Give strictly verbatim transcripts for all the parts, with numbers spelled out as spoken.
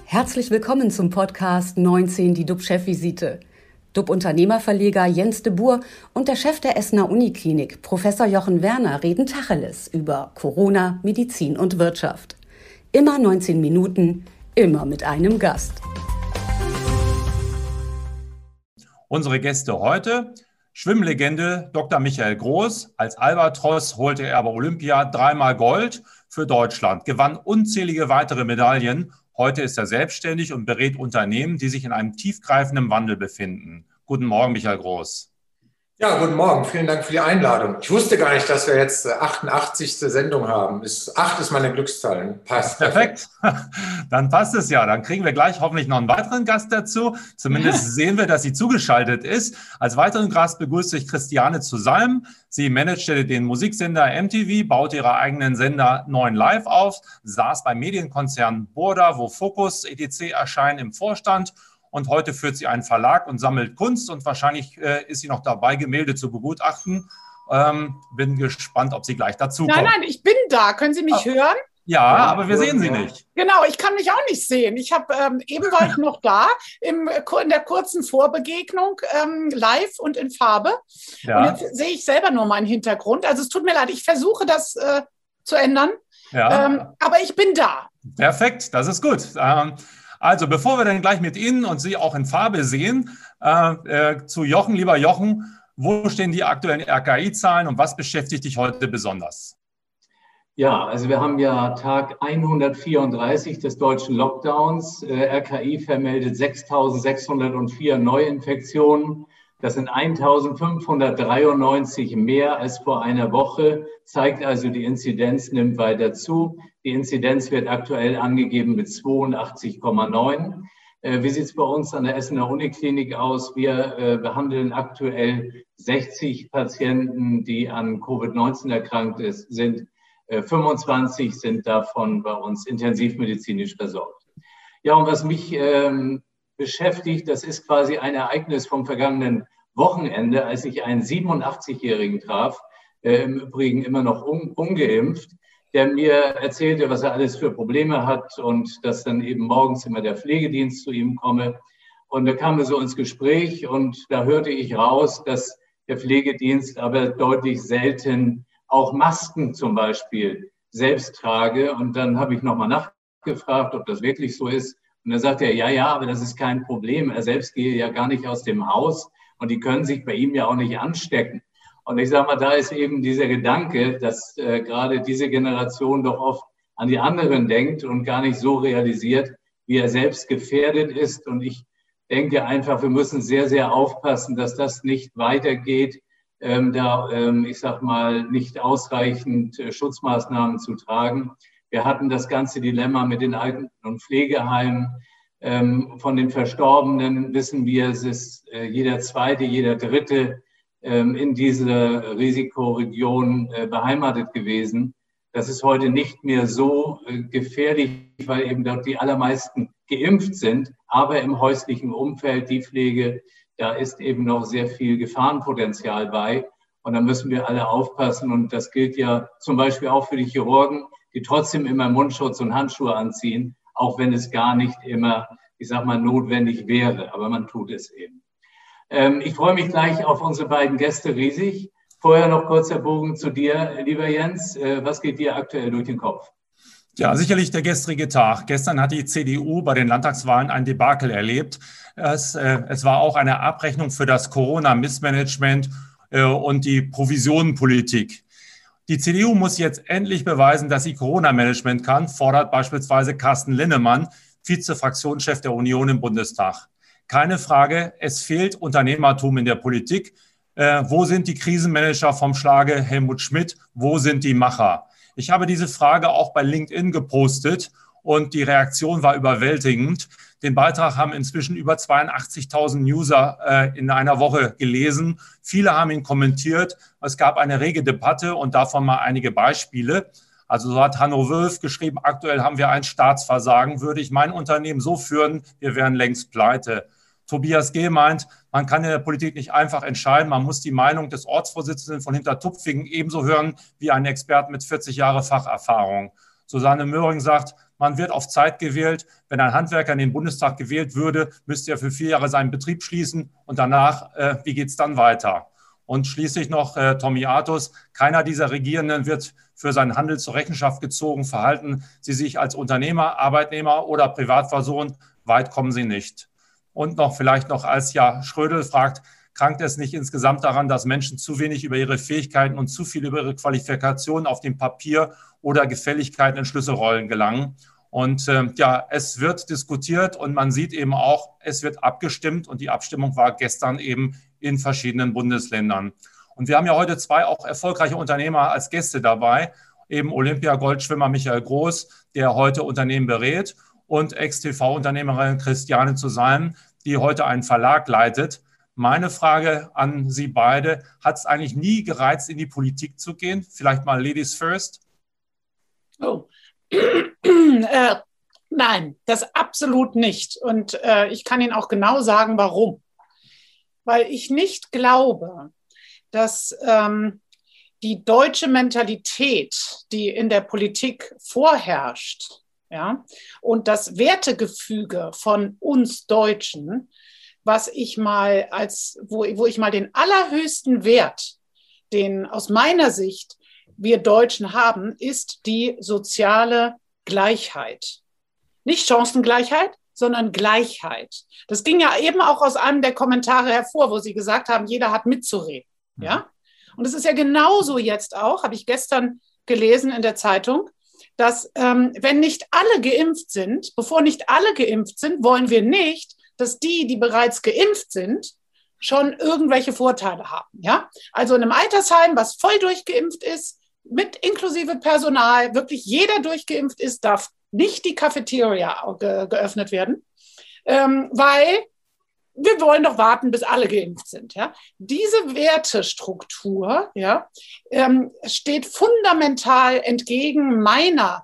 Herzlich willkommen zum Podcast neunzehn, die D U B-Chefvisite. D U B-Unternehmerverleger Jens de Boer und der Chef der Essener Uniklinik, Professor Jochen Werner, reden Tacheles über Corona, Medizin und Wirtschaft. Immer neunzehn Minuten, immer mit einem Gast. Unsere Gäste heute: Schwimmlegende Doktor Michael Groß. Als Albatros holte er bei Olympia dreimal Gold für Deutschland, gewann unzählige weitere Medaillen. Heute ist er selbstständig und berät Unternehmen, die sich in einem tiefgreifenden Wandel befinden. Guten Morgen, Michael Groß. Ja, guten Morgen. Vielen Dank für die Einladung. Ich wusste gar nicht, dass wir jetzt achtundachtzigste Sendung haben. acht ist meine Glückszahl. Passt. Perfekt. Dann passt es ja. Dann kriegen wir gleich hoffentlich noch einen weiteren Gast dazu. Zumindest sehen wir, dass sie zugeschaltet ist. Als weiteren Gast begrüße ich Christiane zu Salm. Sie managte den Musiksender M T V, baute ihre eigenen Sender neun Live auf, saß beim Medienkonzern Burda, wo Focus et cetera erscheinen, im Vorstand. Und heute führt sie einen Verlag und sammelt Kunst und wahrscheinlich äh, ist sie noch dabei, Gemälde zu begutachten. Ähm, bin gespannt, ob sie gleich dazu kommt. Nein, nein, ich bin da. Können Sie mich ah, hören? Ja, ja, aber wir sehen Sie nicht. Genau, ich kann mich auch nicht sehen. Ich habe ähm, eben war ich noch da im, in der kurzen Vorbegegnung ähm, live und in Farbe. Ja. Und jetzt sehe ich selber nur meinen Hintergrund. Also es tut mir leid, ich versuche das äh, zu ändern. Ja. Ähm, aber ich bin da. Perfekt, das ist gut. Ähm, Also, bevor wir dann gleich mit Ihnen und Sie auch in Farbe sehen, äh, äh, zu Jochen. Lieber Jochen, wo stehen die aktuellen R K I-Zahlen und was beschäftigt dich heute besonders? Ja, also wir haben ja Tag hundertvierunddreißig des deutschen Lockdowns. Äh, R K I vermeldet sechstausendsechshundertvier Neuinfektionen. Das sind eintausendfünfhundertdreiundneunzig mehr als vor einer Woche, zeigt also, die Inzidenz nimmt weiter zu. Die Inzidenz wird aktuell angegeben mit zweiundachtzig Komma neun. Äh, wie sieht es bei uns an der Essener Uniklinik aus? Wir äh, behandeln aktuell sechzig Patienten, die an Covid neunzehn erkrankt ist, sind. Äh, fünfundzwanzig sind davon bei uns intensivmedizinisch versorgt. Ja, und was mich ähm, beschäftigt, das ist quasi ein Ereignis vom vergangenen Wochenende, als ich einen siebenundachtzigjährigen traf, äh, im Übrigen immer noch un, ungeimpft, der mir erzählte, was er alles für Probleme hat und dass dann eben morgens immer der Pflegedienst zu ihm komme. Und da kamen wir so ins Gespräch und da hörte ich raus, dass der Pflegedienst aber deutlich selten auch Masken zum Beispiel selbst trage. Und dann habe ich nochmal nachgefragt, ob das wirklich so ist. Und dann sagt er, ja, ja, aber das ist kein Problem. Er selbst gehe ja gar nicht aus dem Haus und die können sich bei ihm ja auch nicht anstecken. Und ich sage mal, da ist eben dieser Gedanke, dass äh, gerade diese Generation doch oft an die anderen denkt und gar nicht so realisiert, wie er selbst gefährdet ist. Und ich denke einfach, wir müssen sehr, sehr aufpassen, dass das nicht weitergeht, ähm, da, ähm, ich sag mal, nicht ausreichend äh, Schutzmaßnahmen zu tragen. Wir hatten das ganze Dilemma mit den Alten- und Pflegeheimen. Ähm, von den Verstorbenen wissen wir, es ist äh, jeder Zweite, jeder Dritte ähm, in dieser Risikoregion äh, beheimatet gewesen. Das ist heute nicht mehr so äh, gefährlich, weil eben dort die allermeisten geimpft sind. Aber im häuslichen Umfeld, die Pflege, da ist eben noch sehr viel Gefahrenpotenzial bei. Und da müssen wir alle aufpassen. Und das gilt ja zum Beispiel auch für die Chirurgen, die trotzdem immer Mundschutz und Handschuhe anziehen, auch wenn es gar nicht immer, ich sag mal, notwendig wäre. Aber man tut es eben. Ähm, ich freue mich gleich auf unsere beiden Gäste riesig. Vorher noch kurzer Bogen zu dir, lieber Jens. Äh, was geht dir aktuell durch den Kopf? Ja, sicherlich der gestrige Tag. Gestern hat die C D U bei den Landtagswahlen ein Debakel erlebt. Es, äh, es war auch eine Abrechnung für das Corona-Missmanagement äh, und die Provisionenpolitik. Die C D U muss jetzt endlich beweisen, dass sie Corona-Management kann, fordert beispielsweise Carsten Linnemann, Vize-Fraktionschef der Union im Bundestag. Keine Frage, es fehlt Unternehmertum in der Politik. Äh, wo sind die Krisenmanager vom Schlage Helmut Schmidt? Wo sind die Macher? Ich habe diese Frage auch bei LinkedIn gepostet und die Reaktion war überwältigend. Den Beitrag haben inzwischen über zweiundachtzigtausend User äh, in einer Woche gelesen. Viele haben ihn kommentiert. Es gab eine rege Debatte und davon mal einige Beispiele. Also so hat Hanno Wülf geschrieben, aktuell haben wir ein Staatsversagen. Würde ich mein Unternehmen so führen, wir wären längst pleite. Tobias G. meint, man kann in der Politik nicht einfach entscheiden. Man muss die Meinung des Ortsvorsitzenden von Hintertupfingen ebenso hören wie einen Experten mit vierzig Jahre Facherfahrung. Susanne Möhring sagt, man wird auf Zeit gewählt. Wenn ein Handwerker in den Bundestag gewählt würde, müsste er für vier Jahre seinen Betrieb schließen und danach, äh, wie geht es dann weiter? Und schließlich noch äh, Tommy Artus, keiner dieser Regierenden wird für sein Handeln zur Rechenschaft gezogen. Verhalten Sie sich als Unternehmer, Arbeitnehmer oder Privatperson, weit kommen Sie nicht. Und noch vielleicht noch als ja Schrödel fragt, krankt es nicht insgesamt daran, dass Menschen zu wenig über ihre Fähigkeiten und zu viel über ihre Qualifikationen auf dem Papier oder Gefälligkeiten in Schlüsselrollen gelangen? Und äh, ja, es wird diskutiert und man sieht eben auch, es wird abgestimmt und die Abstimmung war gestern eben in verschiedenen Bundesländern. Und wir haben ja heute zwei auch erfolgreiche Unternehmer als Gäste dabei, eben Olympia-Goldschwimmer Michael Groß, der heute Unternehmen berät, und Ex-T V-Unternehmerin Christiane zu Salm, die heute einen Verlag leitet. Meine Frage an Sie beide, hat es eigentlich nie gereizt, in die Politik zu gehen? Vielleicht mal Ladies first. Oh. äh, nein, das absolut nicht. Und äh, ich kann Ihnen auch genau sagen, warum. Weil ich nicht glaube, dass ähm, die deutsche Mentalität, die in der Politik vorherrscht, ja, und das Wertegefüge von uns Deutschen, was ich mal als, wo, wo ich mal den allerhöchsten Wert, den aus meiner Sicht wir Deutschen haben, ist die soziale Gleichheit. Nicht Chancengleichheit, sondern Gleichheit. Das ging ja eben auch aus einem der Kommentare hervor, wo Sie gesagt haben, jeder hat mitzureden. Mhm. Ja? Und es ist ja genauso jetzt auch, habe ich gestern gelesen in der Zeitung, dass ähm, wenn nicht alle geimpft sind, bevor nicht alle geimpft sind, wollen wir nicht, dass die, die bereits geimpft sind, schon irgendwelche Vorteile haben. Ja? Also in einem Altersheim, was voll durchgeimpft ist, mit inklusive Personal, wirklich jeder durchgeimpft ist, darf nicht die Cafeteria ge- geöffnet werden, ähm, weil wir wollen doch warten, bis alle geimpft sind. Ja? Diese Wertestruktur ja, ähm, steht fundamental entgegen meiner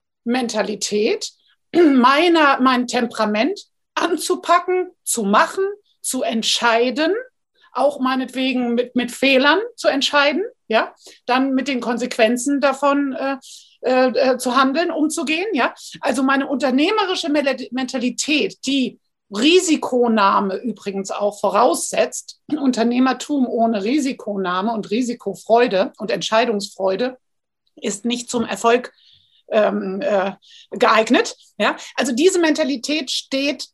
Mentalität, meiner, mein Temperament anzupacken, zu machen, zu entscheiden, auch meinetwegen mit, mit Fehlern zu entscheiden, ja, dann mit den Konsequenzen davon äh, äh, zu handeln, umzugehen. Ja? Also meine unternehmerische Mentalität, die Risikonahme übrigens auch voraussetzt, Unternehmertum ohne Risikonahme und Risikofreude und Entscheidungsfreude ist nicht zum Erfolg ähm, äh, geeignet. Ja? Also diese Mentalität steht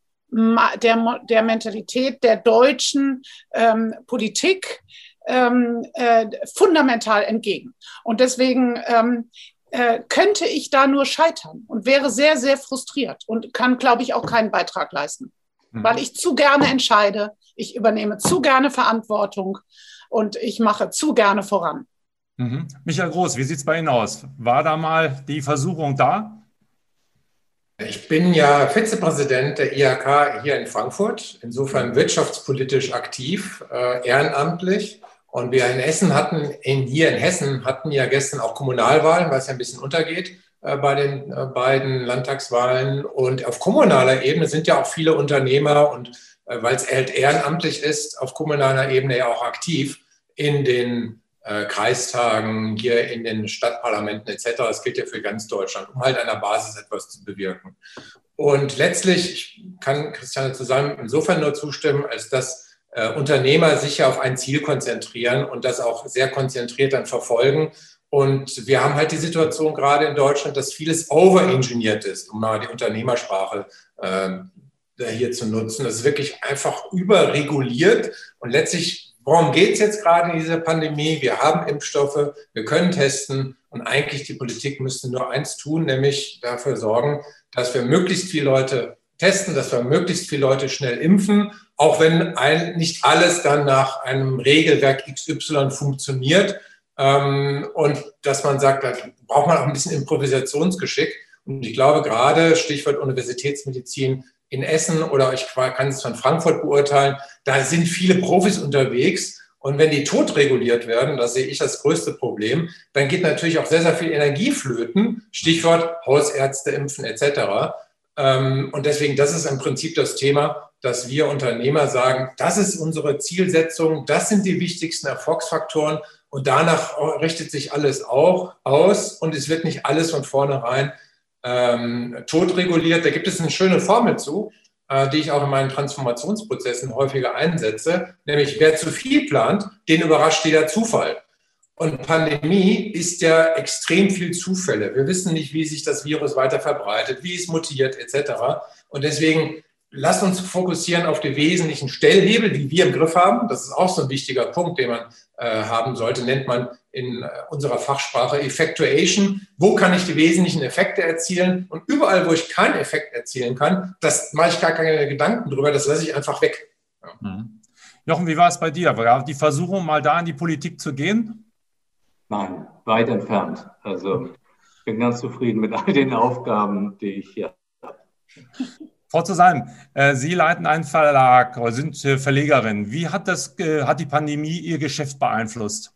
der, der Mentalität der deutschen ähm, Politik ähm, äh, fundamental entgegen. Und deswegen ähm, äh, könnte ich da nur scheitern und wäre sehr, sehr frustriert und kann, glaube ich, auch keinen Beitrag leisten, mhm. weil ich zu gerne entscheide, ich übernehme zu gerne Verantwortung und ich mache zu gerne voran. Mhm. Michael Groß, wie sieht es bei Ihnen aus? War da mal die Versuchung da? Ich bin ja Vizepräsident der I H K hier in Frankfurt, insofern wirtschaftspolitisch aktiv, äh, ehrenamtlich. Und wir in Essen hatten, in, hier in Hessen hatten ja gestern auch Kommunalwahlen, was ja ein bisschen untergeht äh, bei den äh, beiden Landtagswahlen. Und auf kommunaler Ebene sind ja auch viele Unternehmer und äh, weil es halt ehrenamtlich ist, auf kommunaler Ebene ja auch aktiv in den Äh, Kreistagen, hier in den Stadtparlamenten et cetera. Das gilt ja für ganz Deutschland, um halt an der Basis etwas zu bewirken. Und letztlich, ich kann Christiane zusammen insofern nur zustimmen, als dass äh, Unternehmer sich ja auf ein Ziel konzentrieren und das auch sehr konzentriert dann verfolgen. Und wir haben halt die Situation gerade in Deutschland, dass vieles overengineert ist, um mal die Unternehmersprache äh, hier zu nutzen. Das ist wirklich einfach überreguliert und letztlich worum geht es jetzt gerade in dieser Pandemie? Wir haben Impfstoffe, wir können testen und eigentlich die Politik müsste nur eins tun, nämlich dafür sorgen, dass wir möglichst viele Leute testen, dass wir möglichst viele Leute schnell impfen, auch wenn ein, nicht alles dann nach einem Regelwerk X Y funktioniert ähm, und dass man sagt, da braucht man auch ein bisschen Improvisationsgeschick. Und ich glaube gerade, Stichwort Universitätsmedizin, in Essen oder ich kann es von Frankfurt beurteilen, da sind viele Profis unterwegs. Und wenn die totreguliert werden, das sehe ich das größte Problem, dann geht natürlich auch sehr, sehr viel Energie flöten. Stichwort Hausärzte impfen et cetera. Und deswegen, das ist im Prinzip das Thema, dass wir Unternehmer sagen, das ist unsere Zielsetzung, das sind die wichtigsten Erfolgsfaktoren und danach richtet sich alles auch aus und es wird nicht alles von vornherein ähm, totreguliert. Da gibt es eine schöne Formel zu, äh, die ich auch in meinen Transformationsprozessen häufiger einsetze, nämlich wer zu viel plant, den überrascht jeder Zufall. Und Pandemie ist ja extrem viel Zufälle. Wir wissen nicht, wie sich das Virus weiter verbreitet, wie es mutiert et cetera. Und deswegen lasst uns fokussieren auf die wesentlichen Stellhebel, die wir im Griff haben. Das ist auch so ein wichtiger Punkt, den man äh, haben sollte, nennt man in äh, unserer Fachsprache Effectuation. Wo kann ich die wesentlichen Effekte erzielen? Und überall, wo ich keinen Effekt erzielen kann, das mache ich gar keine Gedanken drüber, das lasse ich einfach weg. Ja. Mhm. Jochen, wie war es bei dir? War die Versuchung, mal da in die Politik zu gehen? Nein, weit entfernt. Also ich bin ganz zufrieden mit all den Aufgaben, die ich hier habe. Frau Zusalm, Sie leiten einen Verlag oder sind Verlegerin. Wie hat, das, hat die Pandemie Ihr Geschäft beeinflusst?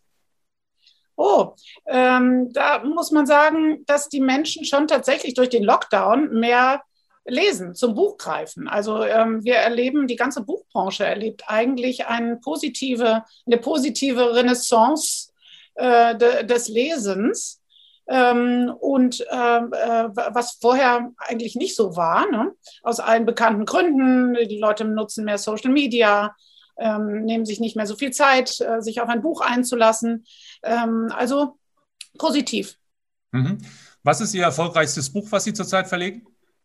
Oh, ähm, da muss man sagen, dass die Menschen schon tatsächlich durch den Lockdown mehr lesen, zum Buch greifen. Also ähm, wir erleben, die ganze Buchbranche erlebt eigentlich eine positive, eine positive Renaissance des Lesens ähm, und äh, was vorher eigentlich nicht so war, ne? Aus allen bekannten Gründen. Die Leute nutzen mehr Social Media, ähm, nehmen sich nicht mehr so viel Zeit, äh, sich auf ein Buch einzulassen. Ähm, also positiv. Mhm. Was ist Ihr erfolgreichstes Buch, was Sie zurzeit verlegen?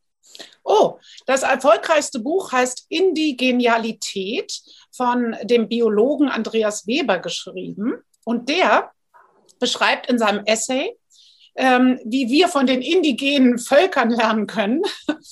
Oh, das erfolgreichste Buch heißt Indigenialität, von dem Biologen Andreas Weber geschrieben. Und der beschreibt in seinem Essay, ähm, wie wir von den indigenen Völkern lernen können,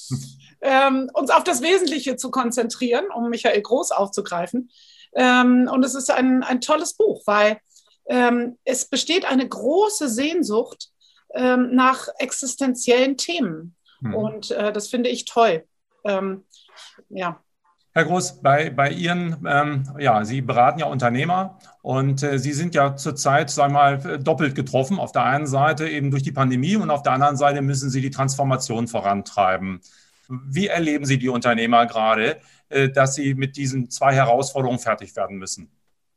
ähm, uns auf das Wesentliche zu konzentrieren, um Michael Groß aufzugreifen. Ähm, und es ist ein, ein tolles Buch, weil ähm, es besteht eine große Sehnsucht ähm, nach existenziellen Themen. Hm. Und äh, das finde ich toll. Ähm, ja. Herr Groß, bei, bei Ihren, ähm, ja, Sie beraten ja Unternehmer und äh, Sie sind ja zurzeit, sagen wir mal, doppelt getroffen. Auf der einen Seite eben durch die Pandemie und auf der anderen Seite müssen Sie die Transformation vorantreiben. Wie erleben Sie die Unternehmer gerade, äh, dass sie mit diesen zwei Herausforderungen fertig werden müssen?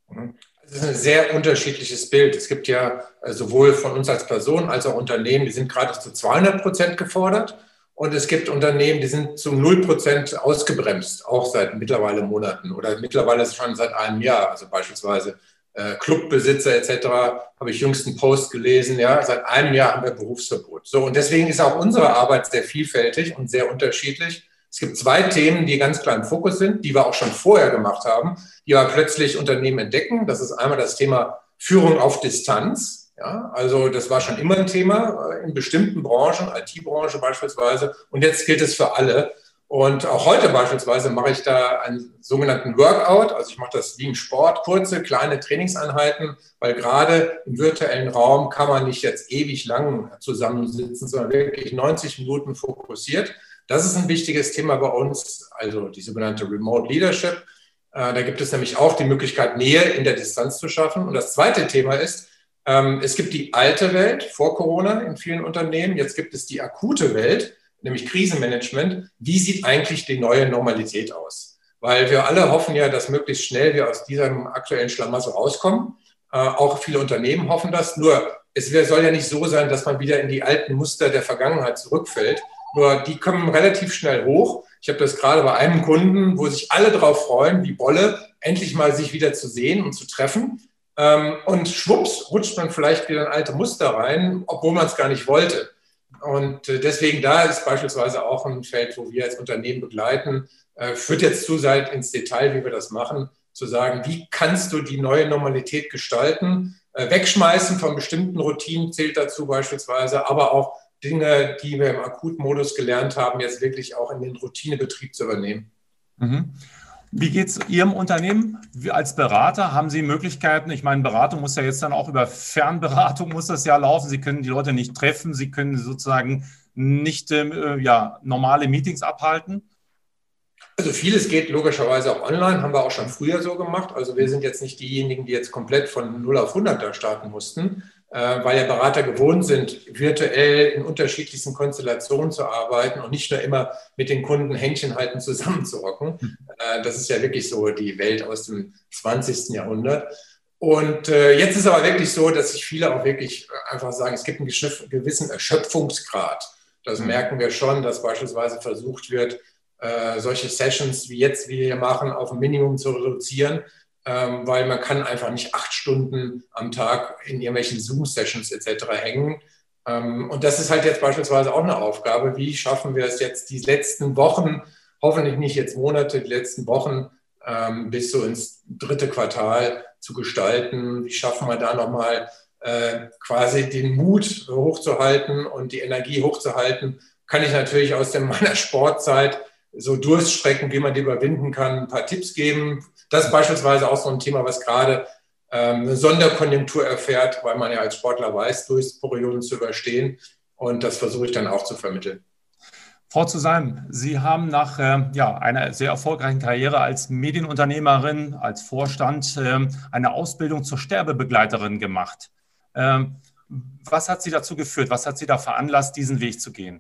Das ist ein sehr unterschiedliches Bild. Es gibt ja sowohl von uns als Person als auch Unternehmen, die sind gerade zu zweihundert Prozent gefordert. Und es gibt Unternehmen, die sind zu null Prozent ausgebremst, auch seit mittlerweile Monaten oder mittlerweile schon seit einem Jahr. Also beispielsweise äh, Clubbesitzer et cetera habe ich jüngst einen Post gelesen. Ja, seit einem Jahr haben wir Berufsverbot. So, und deswegen ist auch unsere Arbeit sehr vielfältig und sehr unterschiedlich. Es gibt zwei Themen, die ganz klar im Fokus sind, die wir auch schon vorher gemacht haben, die aber plötzlich Unternehmen entdecken. Das ist einmal das Thema Führung auf Distanz. Ja, also das war schon immer ein Thema in bestimmten Branchen, I T-Branche beispielsweise. Und jetzt gilt es für alle. Und auch heute beispielsweise mache ich da einen sogenannten Workout. Also ich mache das wie im Sport, kurze, kleine Trainingseinheiten, weil gerade im virtuellen Raum kann man nicht jetzt ewig lang zusammensitzen, sondern wirklich neunzig Minuten fokussiert. Das ist ein wichtiges Thema bei uns, also die sogenannte Remote Leadership. Da gibt es nämlich auch die Möglichkeit, Nähe in der Distanz zu schaffen. Und das zweite Thema ist, es gibt die alte Welt vor Corona in vielen Unternehmen. Jetzt gibt es die akute Welt, nämlich Krisenmanagement. Wie sieht eigentlich die neue Normalität aus? Weil wir alle hoffen ja, dass möglichst schnell wir aus diesem aktuellen Schlamassel rauskommen. Auch viele Unternehmen hoffen das. Nur es soll ja nicht so sein, dass man wieder in die alten Muster der Vergangenheit zurückfällt. Nur die kommen relativ schnell hoch. Ich habe das gerade bei einem Kunden, wo sich alle drauf freuen, wie Bolle, endlich mal sich wieder zu sehen und zu treffen. Und schwupps rutscht man vielleicht wieder in alte Muster rein, obwohl man es gar nicht wollte. Und deswegen da ist beispielsweise auch ein Feld, wo wir als Unternehmen begleiten, führt jetzt zu weit ins Detail, wie wir das machen, zu sagen, wie kannst du die neue Normalität gestalten? Wegschmeißen von bestimmten Routinen zählt dazu beispielsweise, aber auch Dinge, die wir im Akutmodus gelernt haben, jetzt wirklich auch in den Routinebetrieb zu übernehmen. Mhm. Wie geht es Ihrem Unternehmen? Als Berater haben Sie Möglichkeiten? Ich meine, Beratung muss ja jetzt dann auch über Fernberatung muss das ja laufen. Sie können die Leute nicht treffen. Sie können sozusagen nicht äh, ja, normale Meetings abhalten. Also vieles geht logischerweise auch online, haben wir auch schon früher so gemacht. Also wir sind jetzt nicht diejenigen, die jetzt komplett von null auf hundert da starten mussten, äh, weil ja Berater gewohnt sind, virtuell in unterschiedlichsten Konstellationen zu arbeiten und nicht nur immer mit den Kunden Händchen halten zusammenzuhocken. Äh, das ist ja wirklich so die Welt aus dem zwanzigsten Jahrhundert. Und äh, jetzt ist aber wirklich so, dass sich viele auch wirklich einfach sagen, es gibt einen gewissen Erschöpfungsgrad. Das merken wir schon, dass beispielsweise versucht wird, äh, solche Sessions wie jetzt wir hier machen, auf ein Minimum zu reduzieren, ähm, weil man kann einfach nicht acht Stunden am Tag in irgendwelchen Zoom-Sessions et cetera hängen. Ähm, und das ist halt jetzt beispielsweise auch eine Aufgabe. Wie schaffen wir es jetzt die letzten Wochen, hoffentlich nicht jetzt Monate, die letzten Wochen ähm, bis so ins dritte Quartal zu gestalten? Wie schaffen wir da nochmal äh, quasi den Mut hochzuhalten und die Energie hochzuhalten? Kann ich natürlich aus der, meiner Sportzeit so Durststrecken, wie man die überwinden kann, ein paar Tipps geben. Das ist beispielsweise auch so ein Thema, was gerade ähm, eine Sonderkonjunktur erfährt, weil man ja als Sportler weiß, Durstperioden zu überstehen. Und das versuche ich dann auch zu vermitteln. Frau Zuseim, Sie haben nach äh, ja, einer sehr erfolgreichen Karriere als Medienunternehmerin, als Vorstand äh, eine Ausbildung zur Sterbebegleiterin gemacht. Ähm, was hat Sie dazu geführt? Was hat Sie da veranlasst, diesen Weg zu gehen?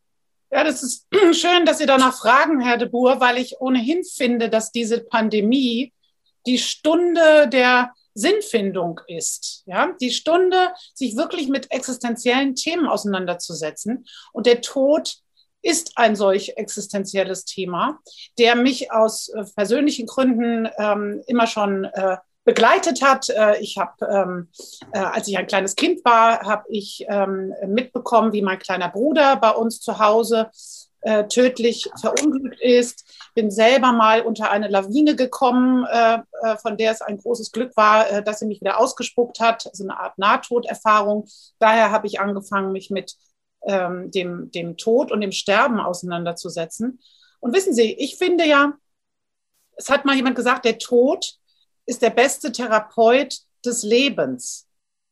Ja, das ist schön, dass Sie danach fragen, Herr de Boer, weil ich ohnehin finde, dass diese Pandemie die Stunde der Sinnfindung ist. Ja? Die Stunde, sich wirklich mit existenziellen Themen auseinanderzusetzen. Und der Tod ist ein solch existenzielles Thema, der mich aus äh, persönlichen Gründen ähm, immer schon äh, begleitet hat. Äh, ich habe, ähm, äh, als ich ein kleines Kind war, habe ich ähm, mitbekommen, wie mein kleiner Bruder bei uns zu Hause äh, tödlich verunglückt ist. Bin selber mal unter eine Lawine gekommen, äh, äh, von der es ein großes Glück war, äh, dass sie mich wieder ausgespuckt hat. Also eine Art Nahtoderfahrung. Daher habe ich angefangen, mich mit ähm, dem, dem Tod und dem Sterben auseinanderzusetzen. Und wissen Sie, ich finde ja, es hat mal jemand gesagt, der Tod ist der beste Therapeut des Lebens.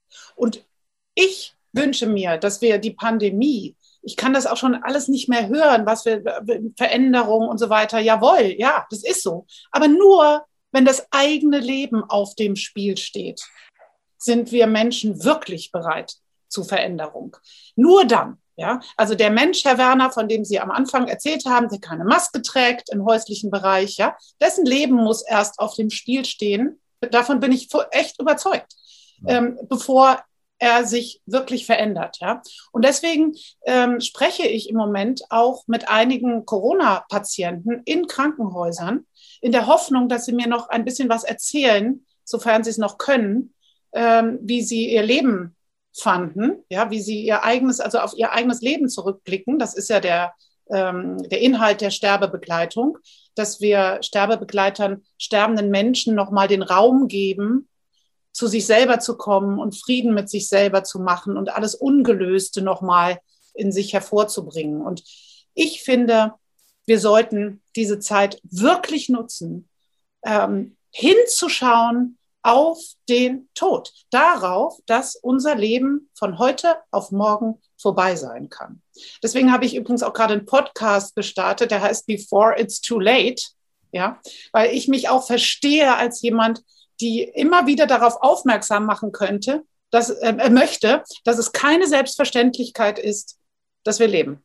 Und ich wünsche mir, dass wir die Pandemie, ich kann das auch schon alles nicht mehr hören, was wir, Veränderungen und so weiter, jawohl, ja, das ist so. Aber nur, wenn das eigene Leben auf dem Spiel steht, sind wir Menschen wirklich bereit zu Veränderung. Nur dann. Ja, also der Mensch, Herr Werner, von dem Sie am Anfang erzählt haben, der keine Maske trägt im häuslichen Bereich, ja, dessen Leben muss erst auf dem Spiel stehen. Davon bin ich echt überzeugt, ähm, bevor er sich wirklich verändert. Ja. Und deswegen ähm, spreche ich im Moment auch mit einigen Corona-Patienten in Krankenhäusern in der Hoffnung, dass sie mir noch ein bisschen was erzählen, sofern sie es noch können, ähm, wie sie ihr Leben fanden, ja, wie sie ihr eigenes, also auf ihr eigenes Leben zurückblicken. Das ist ja der, ähm, der Inhalt der Sterbebegleitung, dass wir Sterbebegleitern, sterbenden Menschen nochmal den Raum geben, zu sich selber zu kommen und Frieden mit sich selber zu machen und alles Ungelöste nochmal in sich hervorzubringen. Und ich finde, wir sollten diese Zeit wirklich nutzen, ähm, hinzuschauen auf den Tod, darauf, dass unser Leben von heute auf morgen vorbei sein kann. Deswegen habe ich übrigens auch gerade einen Podcast gestartet, der heißt Before It's Too Late, ja, weil ich mich auch verstehe als jemand, die immer wieder darauf aufmerksam machen könnte, dass äh, er möchte, dass es keine Selbstverständlichkeit ist, dass wir leben.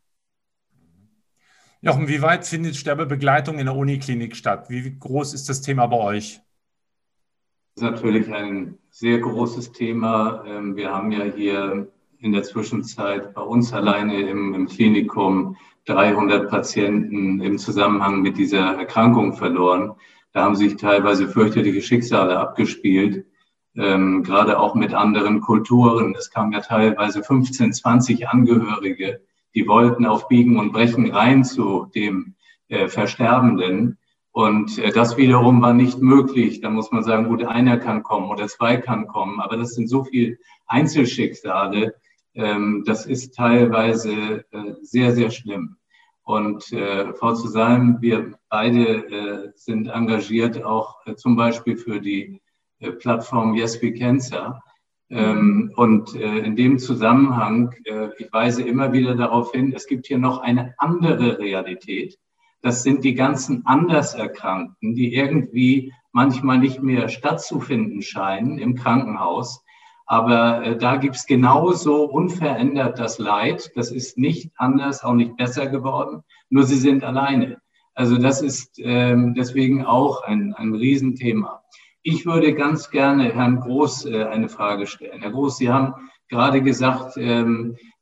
Jochen, wie weit findet Sterbebegleitung in der Uniklinik statt? Wie groß ist das Thema bei euch? Das ist natürlich ein sehr großes Thema. Wir haben ja hier in der Zwischenzeit bei uns alleine im, im Klinikum dreihundert Patienten im Zusammenhang mit dieser Erkrankung verloren. Da haben sich teilweise fürchterliche Schicksale abgespielt, ähm, gerade auch mit anderen Kulturen. Es kamen ja teilweise fünfzehn, zwanzig Angehörige, die wollten auf Biegen und Brechen rein zu dem äh, Versterbenden. Und das wiederum war nicht möglich. Da muss man sagen, gut, einer kann kommen oder zwei kann kommen. Aber das sind so viele Einzelschicksale. Das ist teilweise sehr, sehr schlimm. Und Frau Zuseim, wir beide sind engagiert auch zum Beispiel für die Plattform Yes We Cancer. Und in dem Zusammenhang, ich weise immer wieder darauf hin, es gibt hier noch eine andere Realität. Das sind die ganzen Anderserkrankten, die irgendwie manchmal nicht mehr stattzufinden scheinen im Krankenhaus. Aber äh, da gibt's genauso unverändert das Leid. Das ist nicht anders, auch nicht besser geworden. Nur sie sind alleine. Also das ist ähm, deswegen auch ein, ein Riesenthema. Ich würde ganz gerne Herrn Groß äh, eine Frage stellen. Herr Groß, Sie haben gerade gesagt, ähm,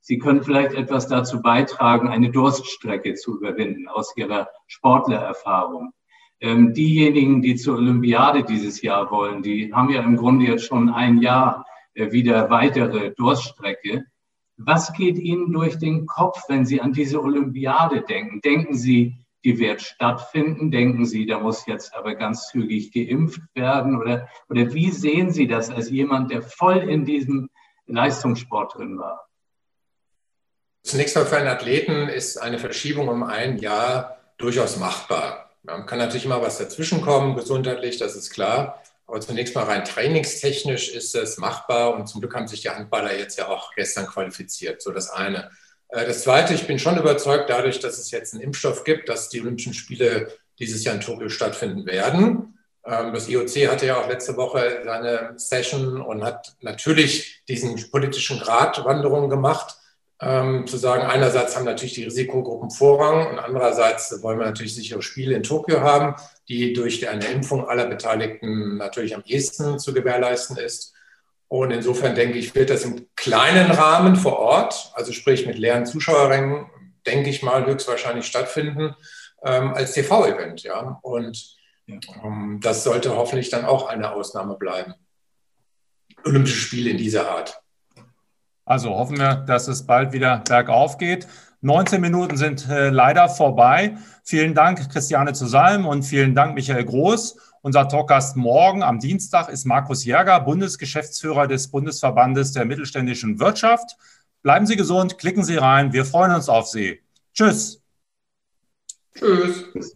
Sie können vielleicht etwas dazu beitragen, eine Durststrecke zu überwinden aus Ihrer Sportlererfahrung. Ähm, diejenigen, die zur Olympiade dieses Jahr wollen, die haben ja im Grunde jetzt schon ein Jahr äh, wieder weitere Durststrecke. Was geht Ihnen durch den Kopf, wenn Sie an diese Olympiade denken? Denken Sie, die wird stattfinden? Denken Sie, da muss jetzt aber ganz zügig geimpft werden? Oder, oder wie sehen Sie das als jemand, der voll in diesem Leistungssport drin war? Zunächst mal für einen Athleten ist eine Verschiebung um ein Jahr durchaus machbar. Man kann natürlich immer was dazwischenkommen, gesundheitlich, das ist klar. Aber zunächst mal rein trainingstechnisch ist es machbar und zum Glück haben sich die Handballer jetzt ja auch gestern qualifiziert. So das eine. Das Zweite, ich bin schon überzeugt dadurch, dass es jetzt einen Impfstoff gibt, dass die Olympischen Spiele dieses Jahr in Tokio stattfinden werden. Das I O C hatte ja auch letzte Woche seine Session und hat natürlich diesen politischen Gratwanderungen gemacht. Ähm, zu sagen, einerseits haben natürlich die Risikogruppen Vorrang und andererseits wollen wir natürlich sichere Spiele in Tokio haben, die durch eine Impfung aller Beteiligten natürlich am ehesten zu gewährleisten ist. Und insofern denke ich, wird das im kleinen Rahmen vor Ort, also sprich mit leeren Zuschauerrängen, denke ich mal, höchstwahrscheinlich stattfinden ähm, als T V-Event. Ja? Und ähm, das sollte hoffentlich dann auch eine Ausnahme bleiben. Olympische Spiele in dieser Art. Also hoffen wir, dass es bald wieder bergauf geht. neunzehn Minuten sind äh, leider vorbei. Vielen Dank, Christiane zu Salm, und vielen Dank, Michael Groß. Unser Talkgast morgen am Dienstag ist Markus Jäger, Bundesgeschäftsführer des Bundesverbandes der mittelständischen Wirtschaft. Bleiben Sie gesund, klicken Sie rein. Wir freuen uns auf Sie. Tschüss. Tschüss.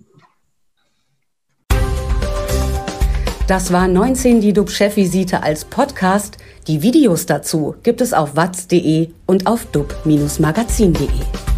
Das war neunzehn die D U B-Chefvisite als Podcast. Die Videos dazu gibt es auf watz punkt de und auf dub Bindestrich magazin punkt de.